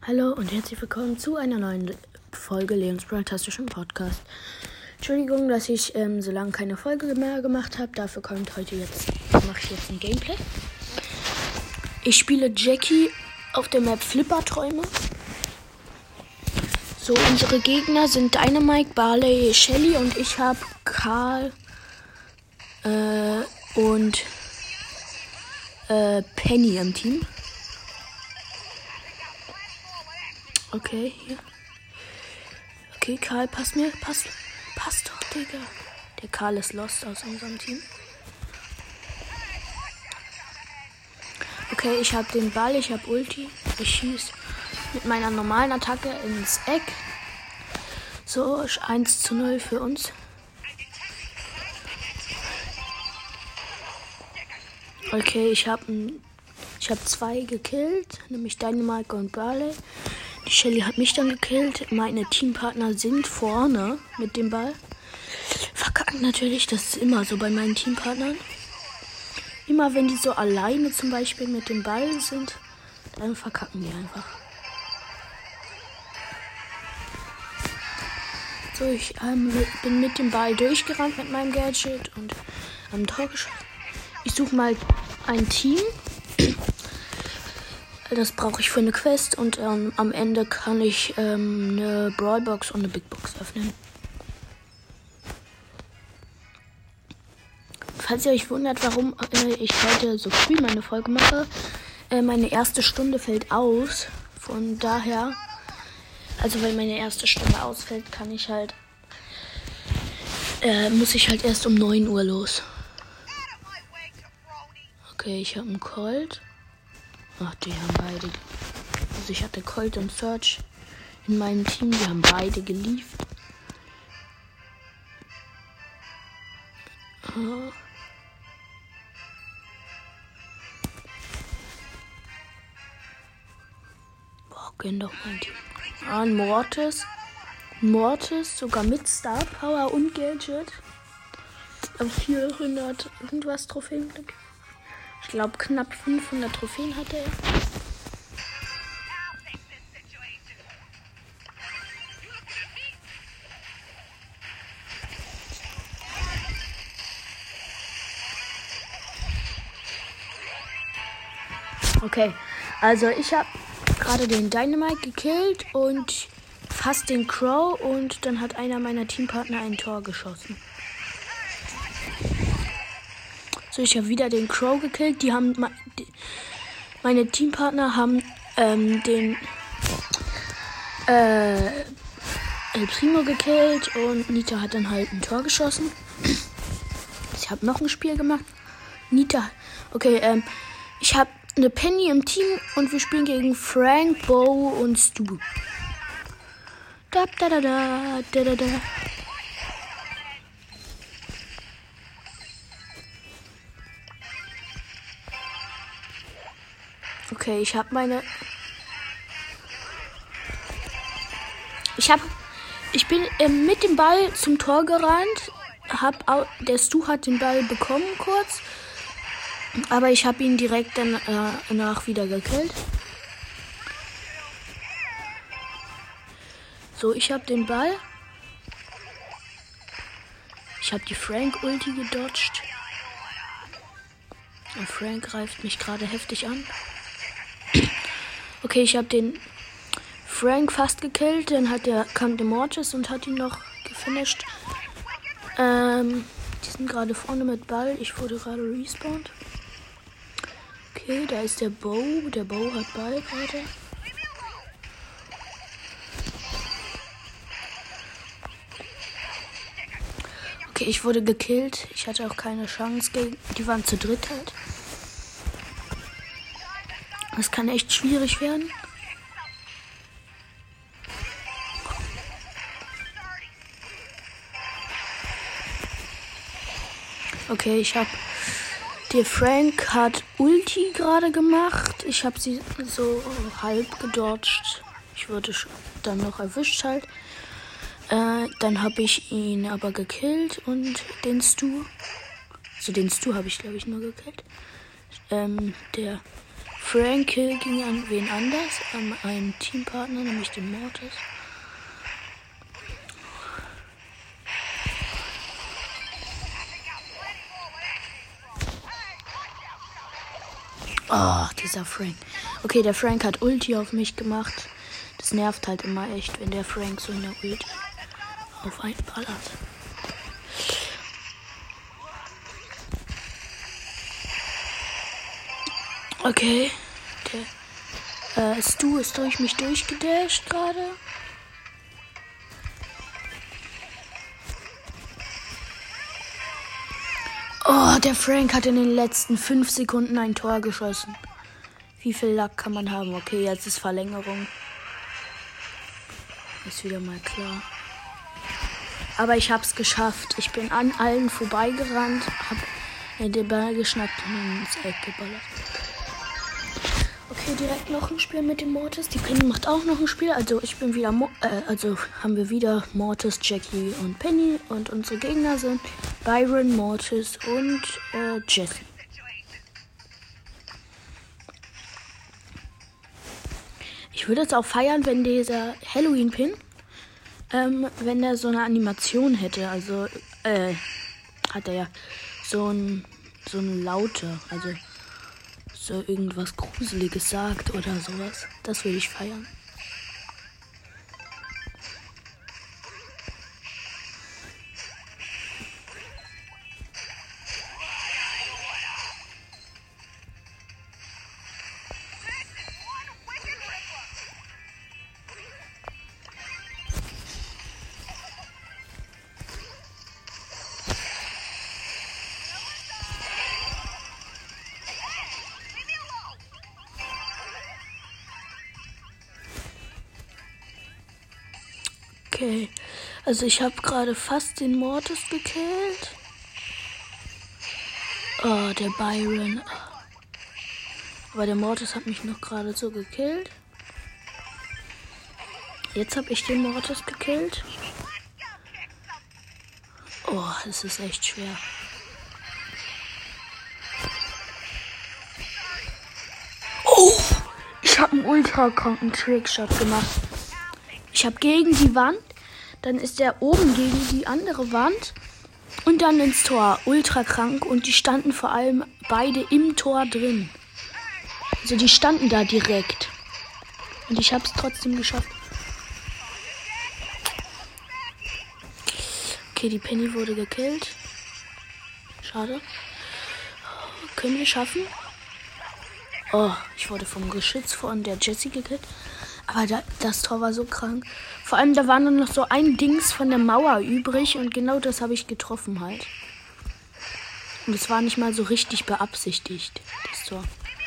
Hallo und herzlich willkommen zu einer neuen Folge Leons Brandtastischen Podcast. Entschuldigung, dass ich so lange keine Folge mehr gemacht habe. Dafür mache ich jetzt ein Gameplay. Ich spiele Jackie auf der Map Flipperträume. So, unsere Gegner sind Dynamite, Barley, Shelly und ich habe Karl und Penny im Team. Okay, hier. Okay, Karl, passt doch, Digga. Der Karl ist lost aus unserem Team. Okay, ich habe den Ball, ich habe Ulti. Ich schieße mit meiner normalen Attacke ins Eck. So, 1:0 für uns. Okay, ich hab zwei gekillt, nämlich Dynamite und Barley. Die Shelly hat mich dann gekillt. Meine Teampartner sind vorne mit dem Ball. Verkackt natürlich, das ist immer so bei meinen Teampartnern. Immer wenn die so alleine zum Beispiel mit dem Ball sind, dann verkacken die einfach. So, ich bin mit dem Ball durchgerannt mit meinem Gadget und am Tor geschossen. Ich suche mal ein Team. Das brauche ich für eine Quest und am Ende kann ich eine Brawlbox und eine Big Box öffnen. Falls ihr euch wundert, warum ich heute so früh meine Folge mache, meine erste Stunde fällt aus. Von daher, also wenn meine erste Stunde ausfällt, muss ich halt erst um 9 Uhr los. Okay, ich habe einen Colt. Ach, die haben beide. Also ich hatte Colt und Search in meinem Team. Die haben beide geliefert. Boah, gönn doch mein Team. Ein Mortis, sogar mit Star Power und Gadget. 400 irgendwas Trophäen. Ich glaube, knapp 500 Trophäen hatte er. Okay, also ich habe gerade den Dynamite gekillt und fast den Crow und dann hat einer meiner Teampartner ein Tor geschossen. So, ich habe wieder den Crow gekillt. Meine Teampartner haben den El Primo gekillt und Nita hat dann halt ein Tor geschossen. Ich habe noch ein Spiel gemacht. Nita, okay, ich habe eine Penny im Team und wir spielen gegen Frank, Bo und Stu. Da da da da da da da. Okay, ich bin mit dem Ball zum Tor gerannt. Der Stu hat den Ball bekommen kurz. Aber ich habe ihn direkt danach wieder gekillt. So, ich habe den Ball. Ich habe die Frank-Ulti gedodged. Und Frank greift mich gerade heftig an. Okay, ich habe den Frank fast gekillt. Dann kam der Mortis und hat ihn noch gefinisht. Die sind gerade vorne mit Ball. Ich wurde gerade respawned. Okay, da ist der Bo. Der Bo hat Ball gerade. Okay, ich wurde gekillt. Ich hatte auch keine Chance gegen. Die waren zu dritt halt. Das kann echt schwierig werden. Okay, der Frank hat Ulti gerade gemacht. Ich habe sie so halb gedodged. Ich wurde dann noch erwischt halt. Dann habe ich ihn aber gekillt und den Stu. Also den Stu habe ich glaube ich nur gekillt. Der Frank Kill ging an wen anders, an einen Teampartner, nämlich den Mortis. Oh, dieser Frank. Okay, der Frank hat Ulti auf mich gemacht. Das nervt halt immer echt, wenn der Frank so eine Ulti auf einen ballert. Okay. Der Stu ist durch mich durchgedasht gerade. Oh, der Frank hat in den letzten 5 Sekunden ein Tor geschossen. Wie viel Lack kann man haben? Okay, jetzt ist Verlängerung. Ist wieder mal klar. Aber ich hab's geschafft. Ich bin an allen vorbeigerannt, hab den Ball geschnappt und ins Eck geballert. Okay, direkt noch ein Spiel mit dem Mortis. Die Penny macht auch noch ein Spiel. Also ich bin wieder, also haben wir wieder Mortis, Jackie und Penny. Und unsere Gegner sind Byron, Mortis und Jesse. Ich würde es auch feiern, wenn dieser Halloween-Pin, wenn der so eine Animation hätte. Also hat er ja so eine Laute, also so irgendwas Gruseliges sagt oder sowas. Das würde ich feiern. Okay, also ich habe gerade fast den Mortis gekillt. Oh, der Byron. Aber der Mortis hat mich noch gerade so gekillt. Jetzt habe ich den Mortis gekillt. Oh, das ist echt schwer. Oh, ich habe einen ultra kranken Trickshot gemacht. Ich habe gegen die Wand, dann ist er oben gegen die andere Wand und dann ins Tor. Ultra krank und die standen vor allem beide im Tor drin. Also die standen da direkt. Und ich habe es trotzdem geschafft. Okay, die Penny wurde gekillt. Schade. Können wir schaffen? Oh, ich wurde vom Geschütz von der Jessie gekillt. Aber das Tor war so krank. Vor allem, da war nur noch so ein Dings von der Mauer übrig. Und genau das habe ich getroffen halt. Und es war nicht mal so richtig beabsichtigt, das Tor.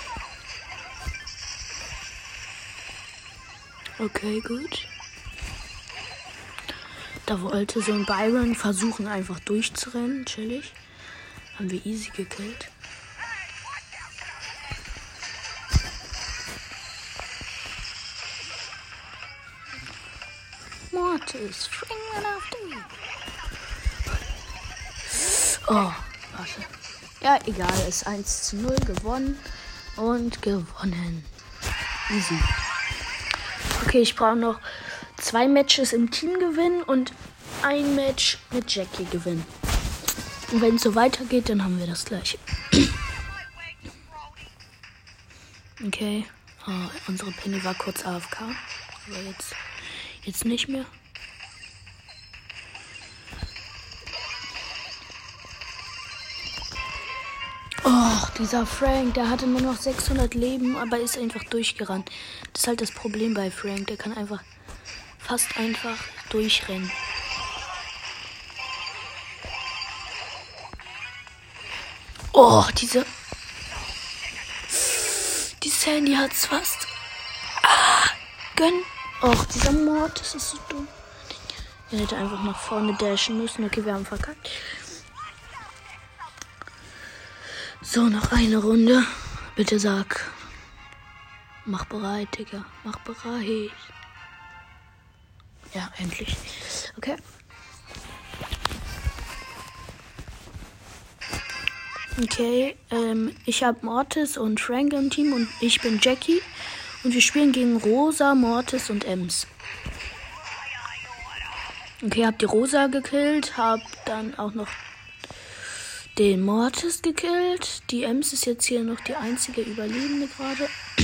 Okay, gut. Da wollte so ein Byron versuchen, einfach durchzurennen. Chillig. Haben wir easy gekillt. Mortis, springen auf dich. Oh, warte. Ja, egal, ist 1:0 gewonnen und gewonnen. Easy. Okay, ich brauche noch 2 Matches im Team gewinnen und ein Match mit Jackie gewinnen. Und wenn es so weitergeht, dann haben wir das gleiche. Okay. Oh, unsere Penny war kurz AFK. Aber jetzt nicht mehr. Oh, dieser Frank, der hatte nur noch 600 Leben, aber ist einfach durchgerannt. Das ist halt das Problem bei Frank. Der kann fast einfach durchrennen. Oh, die Sandy hat's fast. Gönn. Och, dieser Mord, das ist so dumm. Er hätte einfach nach vorne dashen müssen. Okay, wir haben verkackt. So, noch eine Runde. Bitte sag. Mach bereit, Digga. Mach bereit. Ja, endlich. Okay. Okay, ich habe Mortis und Frank im Team und ich bin Jackie. Und wir spielen gegen Rosa, Mortis und Ems. Okay, hab die Rosa gekillt, hab dann auch noch den Mortis gekillt. Die Ems ist jetzt hier noch die einzige Überlebende gerade.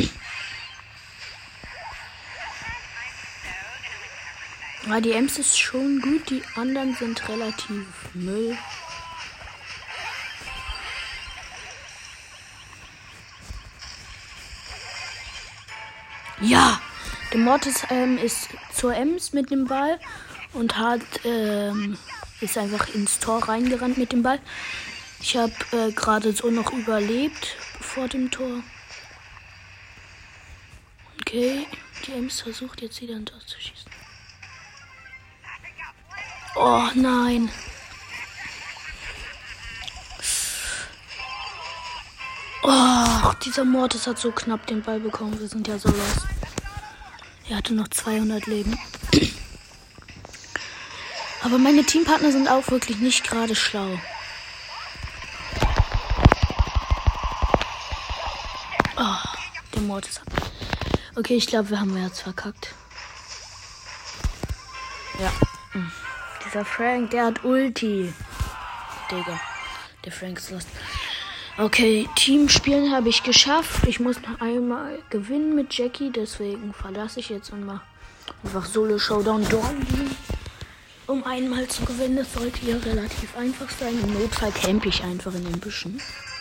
Ja, die Ems ist schon gut, die anderen sind relativ Müll. Ja, der Mortis ist zur Ems mit dem Ball und ist einfach ins Tor reingerannt mit dem Ball. Ich habe gerade so noch überlebt vor dem Tor. Okay, die Ems versucht jetzt wieder ein Tor zu schießen. Oh nein. Oh, dieser Mortis hat so knapp den Ball bekommen. Wir sind ja so los. Er hatte noch 200 Leben. Aber meine Teampartner sind auch wirklich nicht gerade schlau. Oh, der Mortis hat. Okay, ich glaube, wir haben jetzt verkackt. Ja. Dieser Frank, der hat Ulti. Digga. Der Frank ist lost. Okay, Teamspielen habe ich geschafft. Ich muss noch einmal gewinnen mit Jackie. Deswegen verlasse ich jetzt und mache einfach Solo Showdown Dorn. Um einmal zu gewinnen. Das sollte hier relativ einfach sein. Im Notfall campe ich einfach in den Büschen.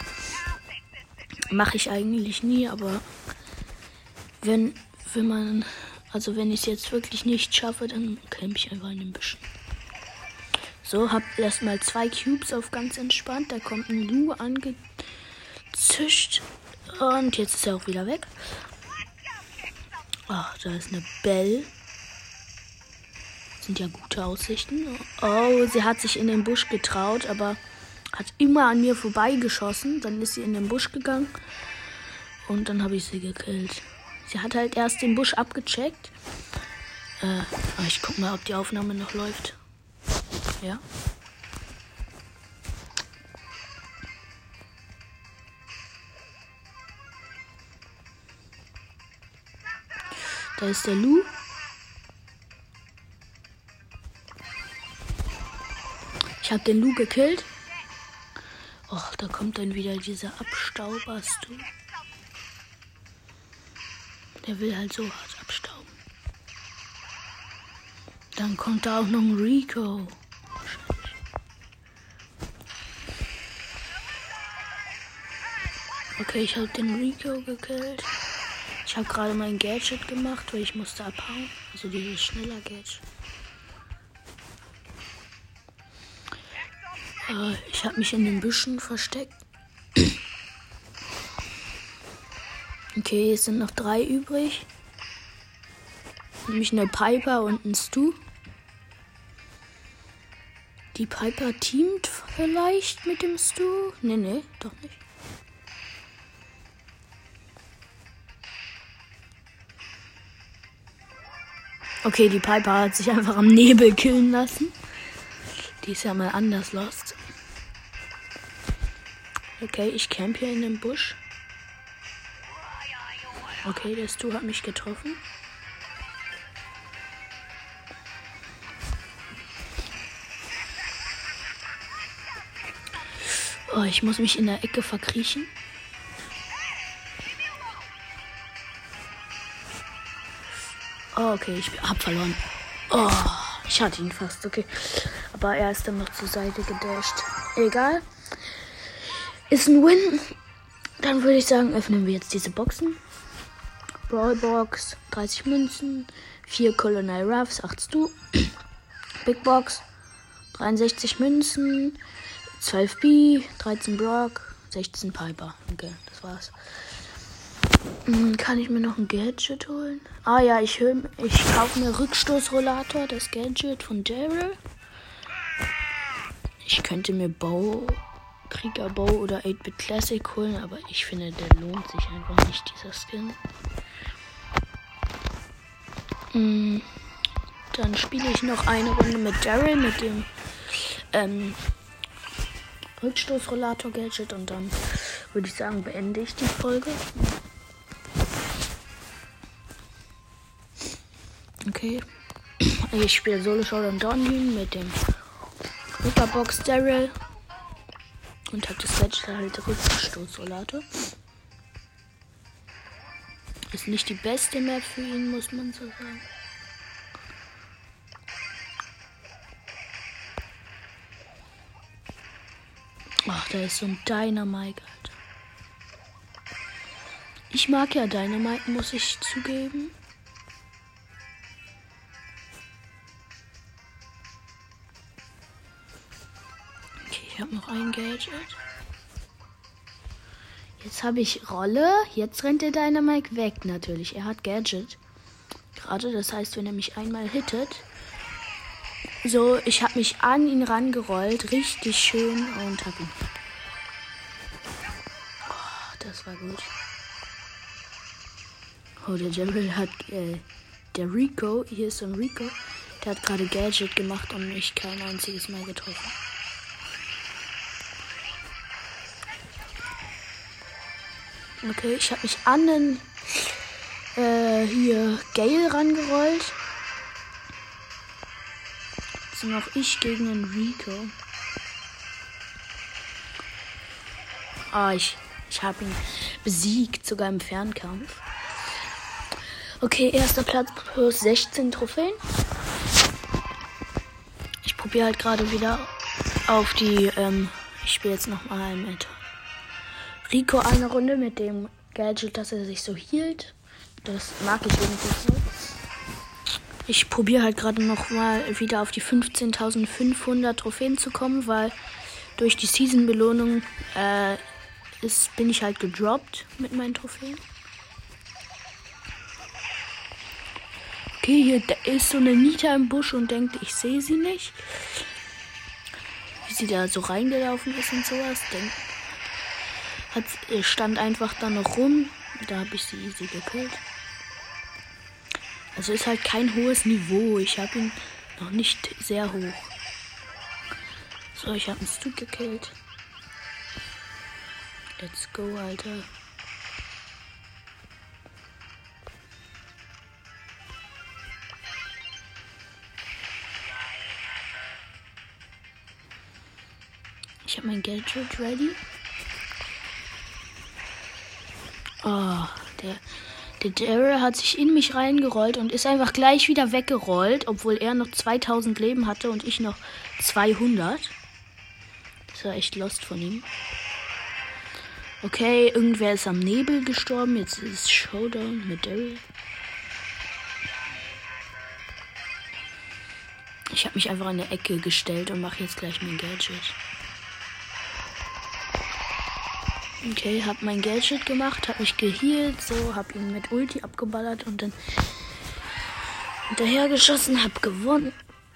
Mache ich eigentlich nie, aber wenn ich es jetzt wirklich nicht schaffe, dann campe ich einfach in den Büschen. So, hab erstmal 2 Cubes auf ganz entspannt. Da kommt ein Lu angezischt. Und jetzt ist er auch wieder weg. Ach, da ist eine Belle. Sind ja gute Aussichten. Oh, sie hat sich in den Busch getraut, aber hat immer an mir vorbeigeschossen. Dann ist sie in den Busch gegangen. Und dann habe ich sie gekillt. Sie hat halt erst den Busch abgecheckt. Ich guck mal, ob die Aufnahme noch läuft. Ja. Da ist der Lu. Ich habe den Lu gekillt. Och, da kommt dann wieder dieser Abstauberst du. Der will halt so hart abstauben. Dann kommt da auch noch ein Rico. Okay, ich habe den Rico gekillt. Ich habe gerade mein Gadget gemacht, weil ich musste abhauen. Also dieses schneller Gadget. Ich habe mich in den Büschen versteckt. Okay, es sind noch 3 übrig. Nämlich eine Piper und ein Stu. Die Piper teamt vielleicht mit dem Stu. Nee, doch nicht. Okay, die Piper hat sich einfach am Nebel killen lassen. Die ist ja mal anders lost. Okay, ich camp hier in dem Busch. Okay, der Stu hat mich getroffen. Oh, ich muss mich in der Ecke verkriechen. Oh, okay, ich hab verloren. Oh, ich hatte ihn fast, okay. Aber er ist dann noch zur Seite gedasht. Egal. Ist ein Win. Dann würde ich sagen, öffnen wir jetzt diese Boxen. Brawlbox, 30 Münzen, 4 Colonel Ruffs, 8 Stu. Big Box, 63 Münzen, 12 B, 13 Brock, 16 Piper. Okay, das war's. Kann ich mir noch ein Gadget holen? Ah ja, ich kaufe mir Rückstoßrollator, das Gadget von Daryl. Ich könnte mir Krieger Bow oder 8-Bit Classic holen, aber ich finde, der lohnt sich einfach nicht, dieser Skin. Dann spiele ich noch eine Runde mit Daryl, mit dem Rückstoßrollator-Gadget und dann würde ich sagen, beende ich die Folge. Okay. Ich spiele Solo Showdown Donlin mit dem Ripperbox Daryl und habe das Gadget halt Rückstoßrollator. Ist nicht die beste Map für ihn, muss man so sagen. Ach, da ist so ein Dynamite, Alter. Ich mag ja Dynamite, muss ich zugeben. Okay, ich habe noch ein Gadget. Jetzt habe ich Rolle. Jetzt rennt der Dynamite weg, natürlich. Er hat Gadget. Gerade, das heißt, wenn er mich einmal hittet. So, ich habe mich an ihn rangerollt. Richtig schön und hab ihn. Oh, das war gut. Oh, der Daryl hat, der Rico, hier ist so ein Rico, der hat gerade Gadget gemacht und mich kein einziges Mal getroffen. Okay, ich habe mich an den, hier Gale rangerollt. Jetzt noch ich gegen den Rico. Ah, ich habe ihn besiegt, sogar im Fernkampf. Okay, erster Platz plus 16 Trophäen. Ich probiere halt gerade wieder auf die, ich spiele jetzt nochmal mit Rico eine Runde mit dem Gadget, dass er sich so hielt. Das mag ich irgendwie so. Ich probiere halt gerade nochmal wieder auf die 15.500 Trophäen zu kommen, weil durch die Season-Belohnung bin ich halt gedroppt mit meinen Trophäen. Okay, hier ist so eine Nita im Busch und denkt, ich sehe sie nicht. Wie sie da so reingelaufen ist und sowas. Stand einfach da noch rum. Da habe ich sie easy gekillt. Also ist halt kein hohes Niveau. Ich habe ihn noch nicht sehr hoch. So, ich habe einen Stu gekillt. Let's go, Alter. Ich habe mein Gadget ready. Oh, der Daryl hat sich in mich reingerollt und ist einfach gleich wieder weggerollt, obwohl er noch 2000 Leben hatte und ich noch 200. Das war echt lost von ihm. Okay, irgendwer ist am Nebel gestorben. Jetzt ist Showdown mit Daryl. Ich habe mich einfach in der Ecke gestellt und mache jetzt gleich mein Gadget. Okay, hab mein Gadget gemacht, hab mich gehealt, so, hab ihn mit Ulti abgeballert und dann hinterher geschossen, hab gewonnen.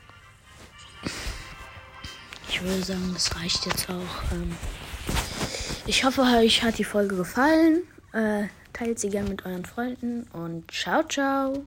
Ich würde sagen, das reicht jetzt auch. Ich hoffe, euch hat die Folge gefallen. Teilt sie gerne mit euren Freunden und ciao, ciao.